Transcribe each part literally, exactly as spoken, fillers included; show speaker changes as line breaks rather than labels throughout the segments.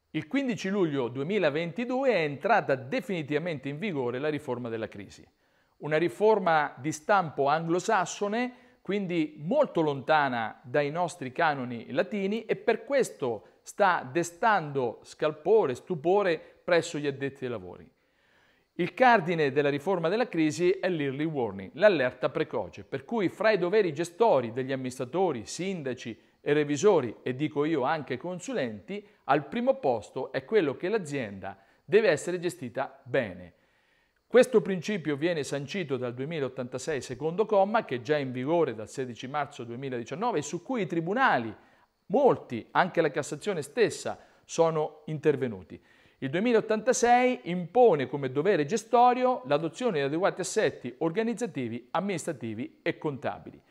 Il quindici luglio duemilaventidue è entrata definitivamente in vigore la riforma della crisi. Una riforma di stampo anglosassone, quindi molto lontana dai nostri canoni latini, e per questo sta destando scalpore, stupore presso gli addetti ai lavori. Il cardine della riforma della crisi è l'early warning, l'allerta precoce, per cui fra i doveri gestori degli amministratori, sindaci e revisori, e dico io anche consulenti, al primo posto è quello che l'azienda deve essere gestita bene. Questo principio viene sancito dal duemilaottantasei secondo comma, che è già in vigore dal sedici marzo duemiladiciannove e su cui i tribunali, molti, anche la Cassazione stessa, sono intervenuti. Il duemilaottantasei impone come dovere gestorio l'adozione di adeguati assetti organizzativi, amministrativi e contabili.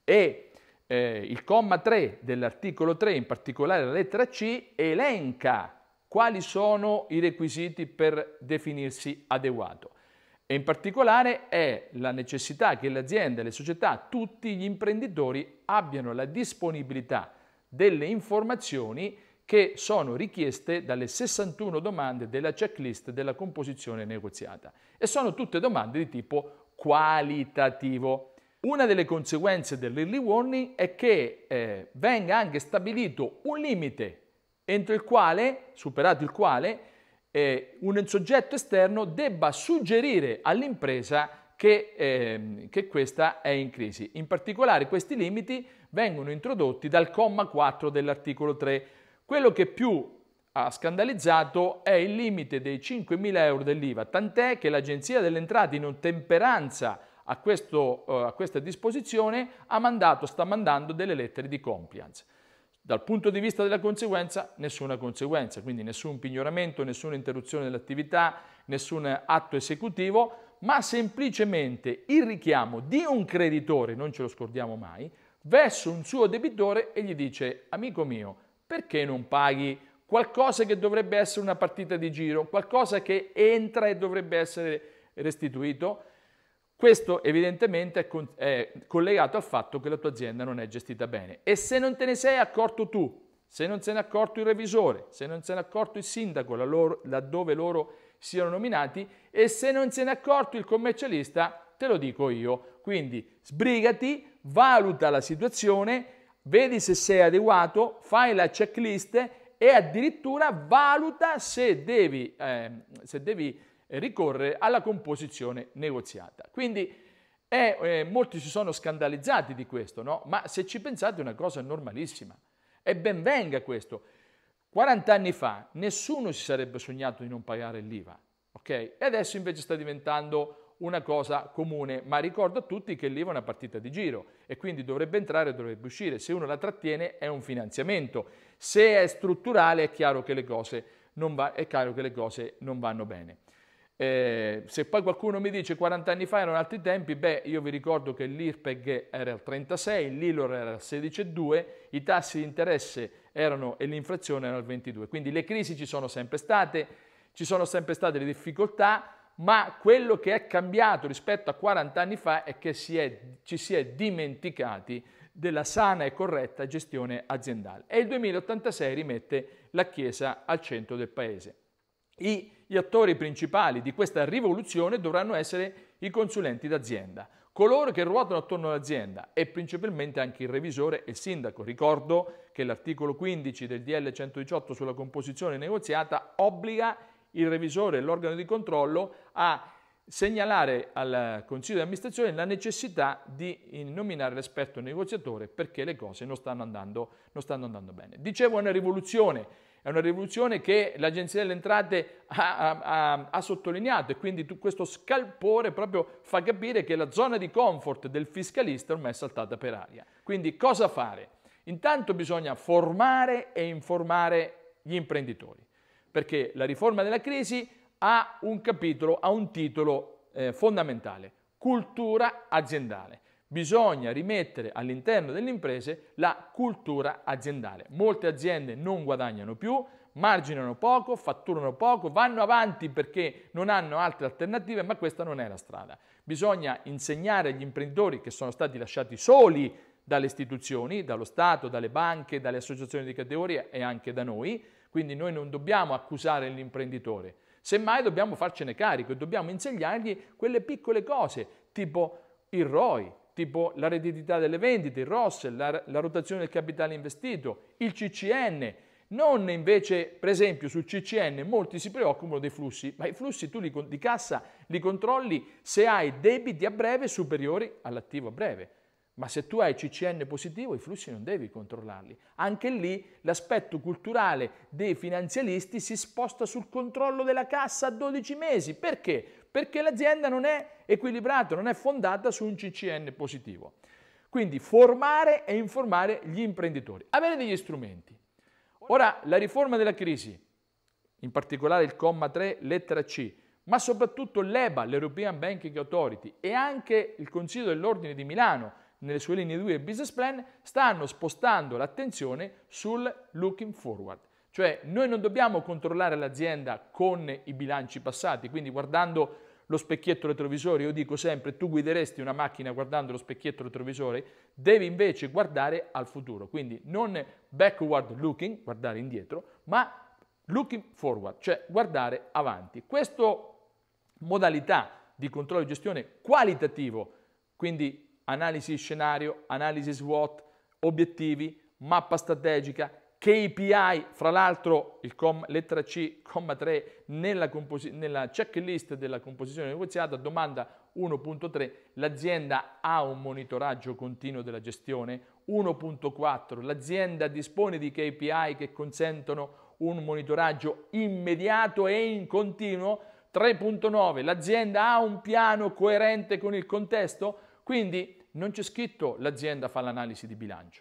E eh, il comma tre dell'articolo tre, in particolare la lettera C, elenca quali sono i requisiti per definirsi adeguato. E in particolare è la necessità che le aziende, le società, tutti gli imprenditori abbiano la disponibilità delle informazioni che sono richieste dalle sessantuno domande della checklist della composizione negoziata. E sono tutte domande di tipo qualitativo. Una delle conseguenze dell'early warning è che eh, venga anche stabilito un limite entro il quale, superato il quale, eh, un soggetto esterno debba suggerire all'impresa che, eh, che questa è in crisi. In particolare questi limiti vengono introdotti dal comma quattro dell'articolo tre. Quello che più ha scandalizzato è il limite dei cinquemila euro dell'I V A, tant'è che l'Agenzia delle Entrate, in ottemperanza a, questo, uh, a questa disposizione, ha mandato, sta mandando delle lettere di compliance. Dal punto di vista della conseguenza, nessuna conseguenza, quindi nessun pignoramento, nessuna interruzione dell'attività, nessun atto esecutivo, ma semplicemente il richiamo di un creditore, non ce lo scordiamo mai, verso un suo debitore e gli dice: amico mio, perché non paghi qualcosa che dovrebbe essere una partita di giro, qualcosa che entra e dovrebbe essere restituito? Questo evidentemente è, con, è collegato al fatto che la tua azienda non è gestita bene. E se non te ne sei accorto tu, se non se ne è accorto il revisore, se non se ne è accorto il sindaco loro, laddove loro siano nominati, e se non se ne è accorto il commercialista, te lo dico io. Quindi sbrigati, valuta la situazione, vedi se sei adeguato, fai la checklist e addirittura valuta se devi, eh, se devi ricorrere alla composizione negoziata. Quindi eh, eh, molti si sono scandalizzati di questo, no? Ma se ci pensate è una cosa normalissima. E ben venga questo. quaranta anni fa nessuno si sarebbe sognato di non pagare l'I V A, ok? E adesso invece sta diventando una cosa comune, ma ricordo a tutti che l'I V A è una partita di giro e quindi dovrebbe entrare e dovrebbe uscire. Se uno la trattiene è un finanziamento, se è strutturale è chiaro che le cose non, va, è chiaro che le cose non vanno bene. Eh, se poi qualcuno mi dice quaranta anni fa erano altri tempi, beh, io vi ricordo che l'I R P E G era al trentasei, l'I L O R era al sedici virgola due, i tassi di interesse erano e l'inflazione erano al ventidue, quindi le crisi ci sono sempre state, ci sono sempre state le difficoltà, ma quello che è cambiato rispetto a quaranta anni fa è che si è, ci si è dimenticati della sana e corretta gestione aziendale. E il duemilaottantasei rimette la Chiesa al centro del paese. I, gli attori principali di questa rivoluzione dovranno essere i consulenti d'azienda, coloro che ruotano attorno all'azienda e principalmente anche il revisore e il sindaco. Ricordo che l'articolo quindici del D L centodiciotto sulla composizione negoziata obbliga il revisore e l'organo di controllo a segnalare al consiglio di amministrazione la necessità di nominare l'esperto negoziatore perché le cose non stanno andando, non stanno andando bene. Dicevo, è una rivoluzione. È una rivoluzione che l'Agenzia delle Entrate ha, ha, ha sottolineato e quindi questo scalpore proprio fa capire che la zona di comfort del fiscalista ormai è saltata per aria. Quindi cosa fare? Intanto bisogna formare e informare gli imprenditori, perché la riforma della crisi ha un capitolo, ha un titolo eh, fondamentale: cultura aziendale. Bisogna rimettere all'interno delle imprese la cultura aziendale. Molte aziende non guadagnano più, marginano poco, fatturano poco, vanno avanti perché non hanno altre alternative, ma questa non è la strada. Bisogna insegnare agli imprenditori che sono stati lasciati soli dalle istituzioni, dallo Stato, dalle banche, dalle associazioni di categoria e anche da noi, quindi noi non dobbiamo accusare l'imprenditore, semmai dobbiamo farcene carico e dobbiamo insegnargli quelle piccole cose, tipo il R O I, tipo la redditività delle vendite, il R O S, la, la rotazione del capitale investito, il C C N. Non invece, per esempio, sul C C N molti si preoccupano dei flussi, ma i flussi tu li, di cassa li controlli se hai debiti a breve superiori all'attivo a breve. Ma se tu hai C C N positivo, i flussi non devi controllarli. Anche lì l'aspetto culturale dei finanzialisti si sposta sul controllo della cassa a dodici mesi. Perché? Perché l'azienda non è equilibrata, non è fondata su un C C N positivo. Quindi formare e informare gli imprenditori, avere degli strumenti. Ora, la riforma della crisi, in particolare il comma tre, lettera C, ma soprattutto l'E B A, l'European Banking Authority, e anche il Consiglio dell'Ordine di Milano, nelle sue linee due business plan, stanno spostando l'attenzione sul looking forward. Cioè, noi non dobbiamo controllare l'azienda con i bilanci passati, quindi guardando lo specchietto retrovisore. Io dico sempre, tu guideresti una macchina guardando lo specchietto retrovisore, devi invece guardare al futuro, quindi non backward looking, guardare indietro, ma looking forward, cioè guardare avanti. Questa modalità di controllo e gestione qualitativo, quindi analisi scenario, analisi SWOT, obiettivi, mappa strategica, K P I, fra l'altro il com, lettera C, comma tre, nella, nella checklist della composizione negoziata, domanda uno punto tre, l'azienda ha un monitoraggio continuo della gestione. uno punto quattro, l'azienda dispone di K P I che consentono un monitoraggio immediato e in continuo. tre punto nove, l'azienda ha un piano coerente con il contesto, quindi non c'è scritto l'azienda fa l'analisi di bilancio,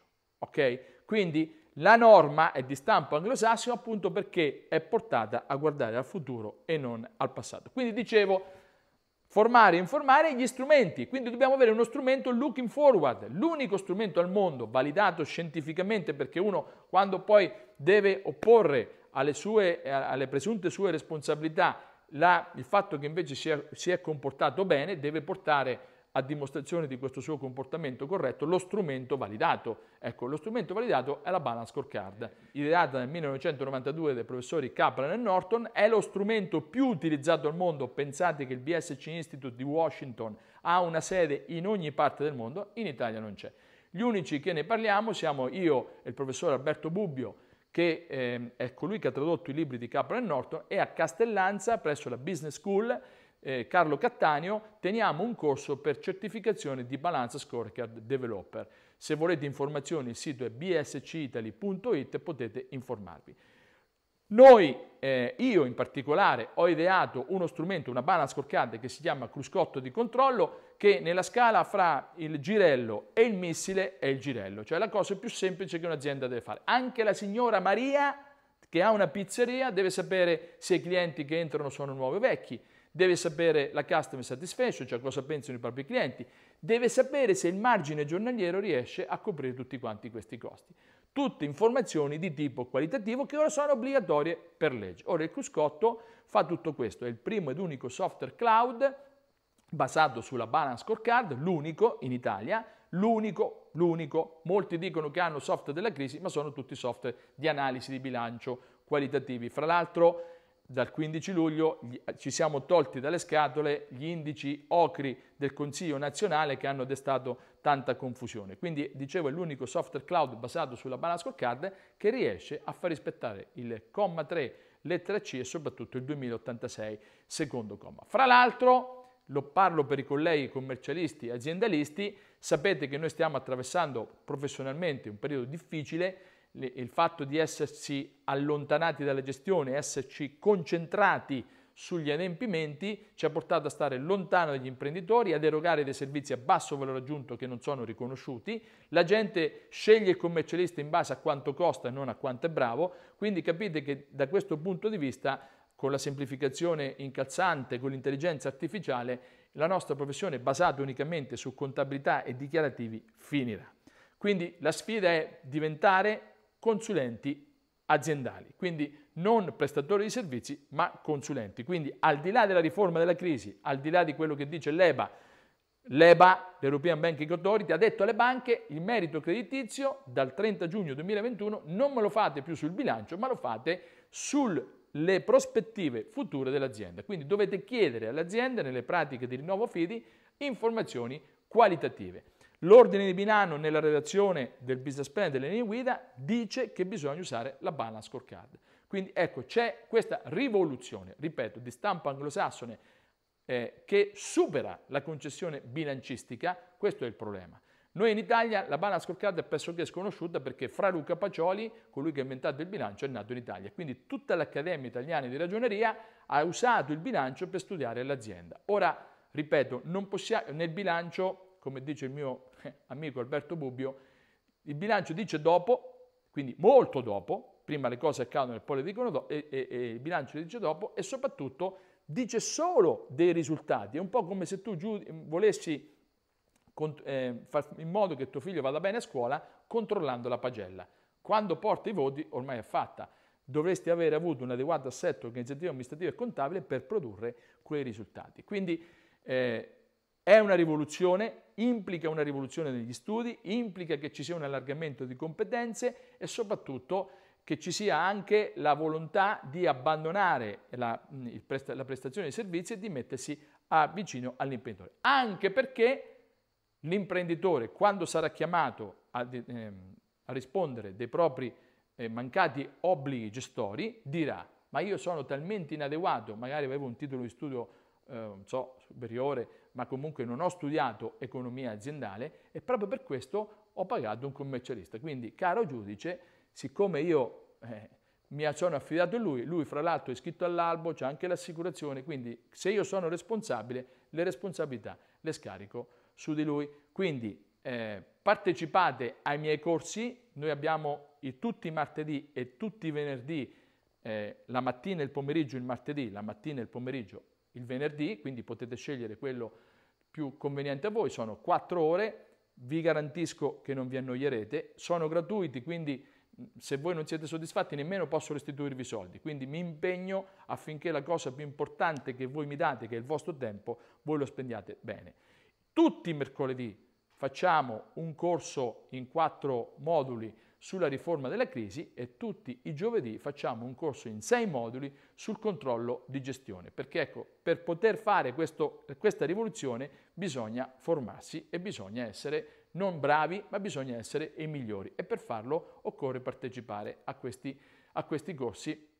ok? Quindi la norma è di stampo anglosassone appunto perché è portata a guardare al futuro e non al passato. Quindi dicevo, formare e informare gli strumenti, quindi dobbiamo avere uno strumento looking forward, l'unico strumento al mondo validato scientificamente, perché uno quando poi deve opporre alle, sue, alle presunte sue responsabilità la, il fatto che invece si è, si è comportato bene, deve portare a dimostrazione di questo suo comportamento corretto lo strumento validato. Ecco, lo strumento validato è la Balance Scorecard, ideata nel millenovecentonovantadue dai professori Kaplan e Norton, è lo strumento più utilizzato al mondo. Pensate che il B S C Institute di Washington ha una sede in ogni parte del mondo, in Italia non c'è. Gli unici che ne parliamo siamo io e il professor Alberto Bubbio, che eh, è colui che ha tradotto i libri di Kaplan e Norton, e a Castellanza, presso la Business School, Eh, Carlo Cattaneo, teniamo un corso per certificazione di Balance Scorecard Developer. Se volete informazioni il sito è b s c italy punto it e potete informarvi. Noi, eh, io in particolare, ho ideato uno strumento, una Balance Scorecard che si chiama cruscotto di controllo, che nella scala fra il girello e il missile è il girello, cioè la cosa più semplice che un'azienda deve fare. Anche la signora Maria, che ha una pizzeria, deve sapere se i clienti che entrano sono nuovi o vecchi, deve sapere la customer satisfaction, cioè cosa pensano i propri clienti, deve sapere se il margine giornaliero riesce a coprire tutti quanti questi costi. Tutte informazioni di tipo qualitativo che ora sono obbligatorie per legge. Ora il cruscotto fa tutto questo, è il primo ed unico software cloud basato sulla Balance Scorecard, l'unico in Italia, l'unico, l'unico. Molti dicono che hanno software della crisi, ma sono tutti software di analisi di bilancio qualitativi. Fra l'altro, dal quindici luglio ci siamo tolti dalle scatole gli indici O C R I del Consiglio nazionale che hanno destato tanta confusione. Quindi, dicevo, è l'unico software cloud basato sulla Balance Scorecard che riesce a far rispettare il comma tre, lettera C e soprattutto il duemilaottantasei, secondo comma. Fra l'altro, lo parlo per i colleghi commercialisti e aziendalisti, sapete che noi stiamo attraversando professionalmente un periodo difficile. Il fatto di esserci allontanati dalla gestione, esserci concentrati sugli adempimenti, ci ha portato a stare lontano dagli imprenditori, ad erogare dei servizi a basso valore aggiunto che non sono riconosciuti. La gente sceglie il commercialista in base a quanto costa e non a quanto è bravo, quindi capite che da questo punto di vista, con la semplificazione incalzante, con l'intelligenza artificiale, la nostra professione basata unicamente su contabilità e dichiarativi finirà. Quindi la sfida è diventare consulenti aziendali, quindi non prestatori di servizi ma consulenti. Quindi al di là della riforma della crisi, al di là di quello che dice l'E B A, L'E B A, l'European Banking Authority, ha detto alle banche il merito creditizio dal trenta giugno duemilaventuno non me lo fate più sul bilancio, ma lo fate sulle prospettive future dell'azienda. Quindi dovete chiedere alle aziende, nelle pratiche di rinnovo fidi, informazioni qualitative. L'ordine di Milano, nella redazione del business plan delle linee guida, dice che bisogna usare la balance scorecard. Quindi ecco, c'è questa rivoluzione, ripeto, di stampo anglosassone eh, che supera la concessione bilancistica. Questo è il problema. Noi in Italia la balance scorecard è pressoché sconosciuta perché Fra Luca Pacioli, colui che ha inventato il bilancio, è nato in Italia. Quindi tutta l'Accademia Italiana di Ragioneria ha usato il bilancio per studiare l'azienda. Ora, ripeto, non possiamo, nel bilancio, come dice il mio eh, amico Alberto Bubbio, il bilancio dice dopo, quindi molto dopo, prima le cose accadono e poi le dicono dopo, e, e, e il bilancio dice dopo, e soprattutto dice solo dei risultati. È un po' come se tu volessi eh, far in modo che tuo figlio vada bene a scuola controllando la pagella. Quando porta i voti ormai è fatta. Dovresti avere avuto un adeguato assetto organizzativo, amministrativo e contabile per produrre quei risultati. Quindi eh, è una rivoluzione, implica una rivoluzione negli studi, implica che ci sia un allargamento di competenze e soprattutto che ci sia anche la volontà di abbandonare la, la prestazione di servizi e di mettersi a, vicino all'imprenditore. Anche perché l'imprenditore, quando sarà chiamato a, eh, a rispondere dei propri eh, mancati obblighi gestori, dirà: ma io sono talmente inadeguato, magari avevo un titolo di studio eh, non so, superiore, ma comunque non ho studiato economia aziendale e proprio per questo ho pagato un commercialista. Quindi, caro giudice, siccome io eh, mi sono affidato a lui, lui fra l'altro è iscritto all'albo, c'è anche l'assicurazione, quindi se io sono responsabile, le responsabilità le scarico su di lui. Quindi eh, partecipate ai miei corsi, noi abbiamo i, tutti i martedì e tutti i venerdì, eh, la mattina e il pomeriggio il martedì, la mattina e il pomeriggio il venerdì, quindi potete scegliere quello più conveniente a voi, sono quattro ore, vi garantisco che non vi annoierete, sono gratuiti, quindi se voi non siete soddisfatti nemmeno posso restituirvi i soldi, quindi mi impegno affinché la cosa più importante che voi mi date, che è il vostro tempo, voi lo spendiate bene. Tutti i mercoledì facciamo un corso in quattro moduli sulla riforma della crisi e tutti i giovedì facciamo un corso in sei moduli sul controllo di gestione, perché ecco, per poter fare questo, questa rivoluzione bisogna formarsi e bisogna essere non bravi, ma bisogna essere i migliori e per farlo occorre partecipare a questi, a questi corsi